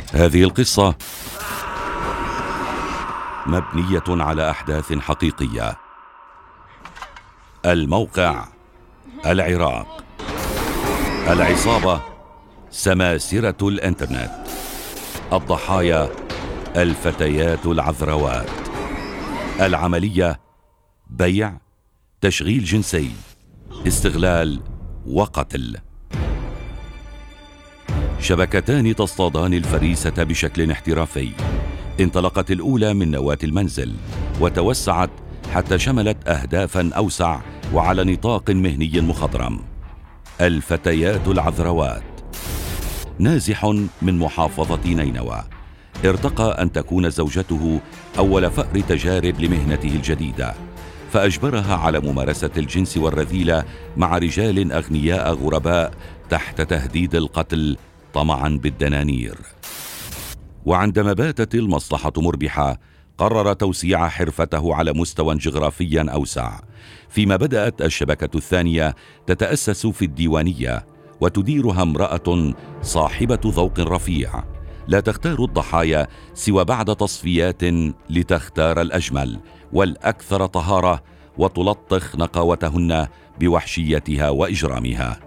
هذه القصة مبنية على أحداث حقيقية. الموقع: العراق. العصابة: سماسرة الإنترنت. الضحايا: الفتيات العذروات. العملية: بيع، تشغيل جنسي، استغلال وقتل. شبكتان تصطادان الفريسة بشكل احترافي. انطلقت الأولى من نواة المنزل وتوسعت حتى شملت أهدافا أوسع وعلى نطاق مهني مخضرم. الفتيات العذروات. نازح من محافظة نينوى ارتقى أن تكون زوجته أول فأر تجارب لمهنته الجديدة، فأجبرها على ممارسة الجنس والرذيلة مع رجال أغنياء غرباء تحت تهديد القتل طمعا بالدنانير. وعندما باتت المصلحة مربحة، قرر توسيع حرفته على مستوى جغرافي أوسع، فيما بدأت الشبكة الثانية تتأسس في الديوانية وتديرها امرأة صاحبة ذوق رفيع، لا تختار الضحايا سوى بعد تصفيات لتختار الأجمل والأكثر طهارة، وتلطخ نقاوتهن بوحشيتها وإجرامها.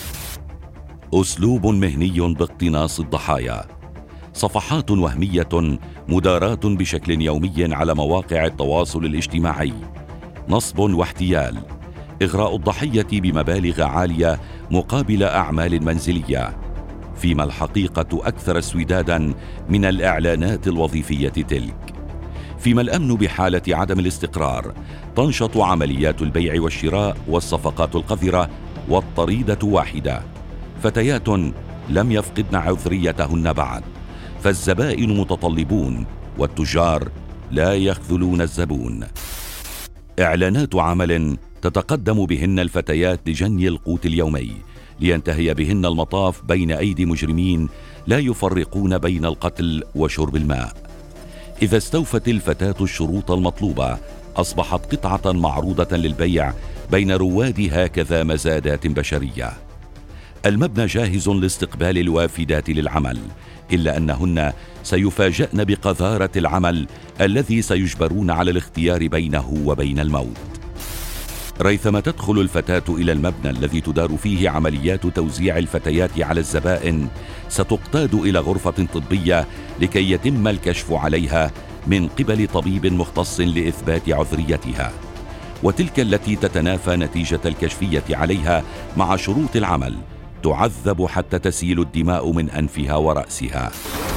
أسلوب مهني باقتناص الضحايا. صفحات وهمية مداراة بشكل يومي على مواقع التواصل الاجتماعي. نصب واحتيال. إغراء الضحية بمبالغ عالية مقابل أعمال منزلية، فيما الحقيقة أكثر اسودادا من الإعلانات الوظيفية تلك. فيما الأمن بحالة عدم الاستقرار، تنشط عمليات البيع والشراء والصفقات القذرة، والطريدة واحدة: فتيات لم يفقدن عذريتهن بعد، فالزبائن متطلبون والتجار لا يخذلون الزبون. إعلانات عمل تتقدم بهن الفتيات لجني القوت اليومي، لينتهي بهن المطاف بين أيدي مجرمين لا يفرقون بين القتل وشرب الماء. إذا استوفت الفتاة الشروط المطلوبة، أصبحت قطعة معروضة للبيع بين رواد هكذا مزادات بشرية. المبنى جاهز لاستقبال الوافدات للعمل، إلا أنهن سيفاجأن بقذارة العمل الذي سيجبرون على الاختيار بينه وبين الموت. ريثما تدخل الفتاة إلى المبنى الذي تدار فيه عمليات توزيع الفتيات على الزبائن، ستقتاد إلى غرفة طبية لكي يتم الكشف عليها من قبل طبيب مختص لإثبات عذريتها، وتلك التي تتنافى نتيجة الكشفية عليها مع شروط العمل تعذب حتى تسيل الدماء من أنفها ورأسها.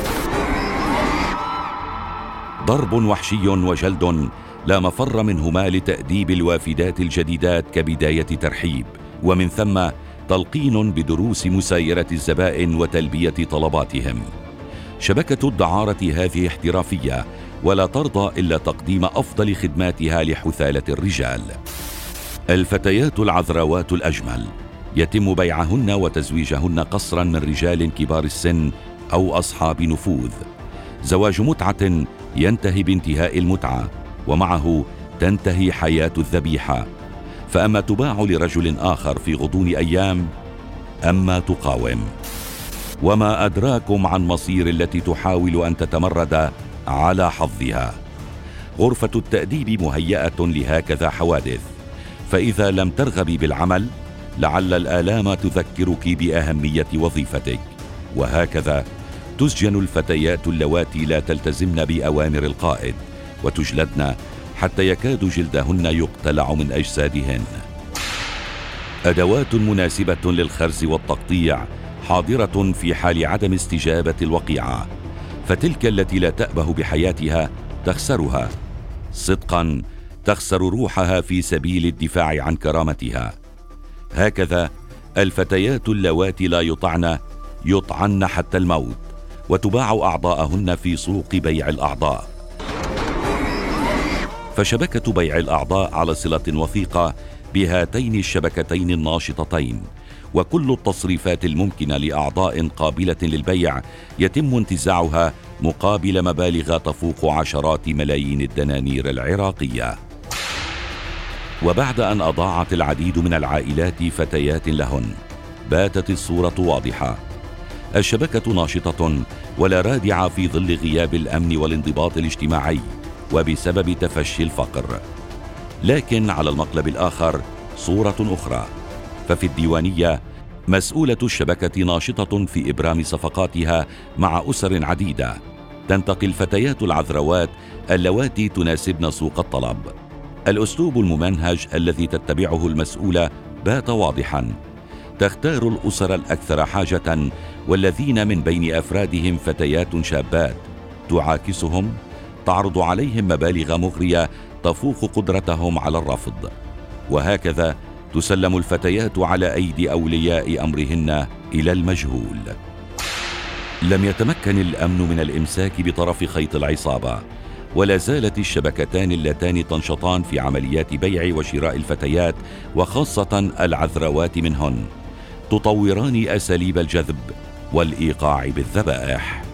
ضرب وحشي وجلد لا مفر منهما لتأديب الوافدات الجديدات كبداية ترحيب، ومن ثم تلقين بدروس مسايرة الزبائن وتلبية طلباتهم. شبكة الدعارة هذه احترافية، ولا ترضى إلا تقديم أفضل خدماتها لحثالة الرجال. الفتيات العذروات الأجمل يتم بيعهن وتزويجهن قسرا من رجال كبار السن أو أصحاب نفوذ. زواج متعة ينتهي بانتهاء المتعة، ومعه تنتهي حياة الذبيحة، فأما تباع لرجل آخر في غضون أيام، أما تقاوم. وما أدراكم عن مصير التي تحاول أن تتمرد على حظها. غرفة التأديب مهيئة لهكذا حوادث، فإذا لم ترغبي بالعمل لعل الآلام تذكرك بأهمية وظيفتك، وهكذا تسجن الفتيات اللواتي لا تلتزمن بأوامر القائد، وتجلدن حتى يكاد جلدهن يقتلع من أجسادهن. أدوات مناسبة للخرز والتقطيع حاضرة في حال عدم استجابة الوقيعة، فتلك التي لا تأبه بحياتها تخسرها، صدقا تخسر روحها في سبيل الدفاع عن كرامتها. هكذا الفتيات اللواتي لا يطعن حتى الموت، وتباع أعضاءهن في سوق بيع الأعضاء. فشبكة بيع الأعضاء على صلة وثيقة بهاتين الشبكتين الناشطتين، وكل التصريفات الممكنة لأعضاء قابلة للبيع يتم انتزاعها مقابل مبالغ تفوق عشرات ملايين الدنانير العراقية. وبعد أن أضاعت العديد من العائلات فتيات لهن، باتت الصورة واضحة: الشبكة ناشطة ولا رادع في ظل غياب الأمن والانضباط الاجتماعي وبسبب تفشي الفقر. لكن على المقلب الآخر صورة أخرى، ففي الديوانية مسؤولة الشبكة ناشطة في إبرام صفقاتها مع أسر عديدة، تنتقي الفتيات العذروات اللواتي تناسبن سوق الطلب. الأسلوب الممنهج الذي تتبعه المسؤولة بات واضحاً، تختار الأسر الأكثر حاجة والذين من بين أفرادهم فتيات شابات، تعاكسهم، تعرض عليهم مبالغ مغرية تفوق قدرتهم على الرفض، وهكذا تسلم الفتيات على أيدي أولياء أمرهن إلى المجهول. لم يتمكن الأمن من الإمساك بطرف خيط العصابة، ولا زالت الشبكتان اللتان تنشطان في عمليات بيع وشراء الفتيات وخاصة العذروات منهن تطوران أساليب الجذب والإيقاع بالذبائح.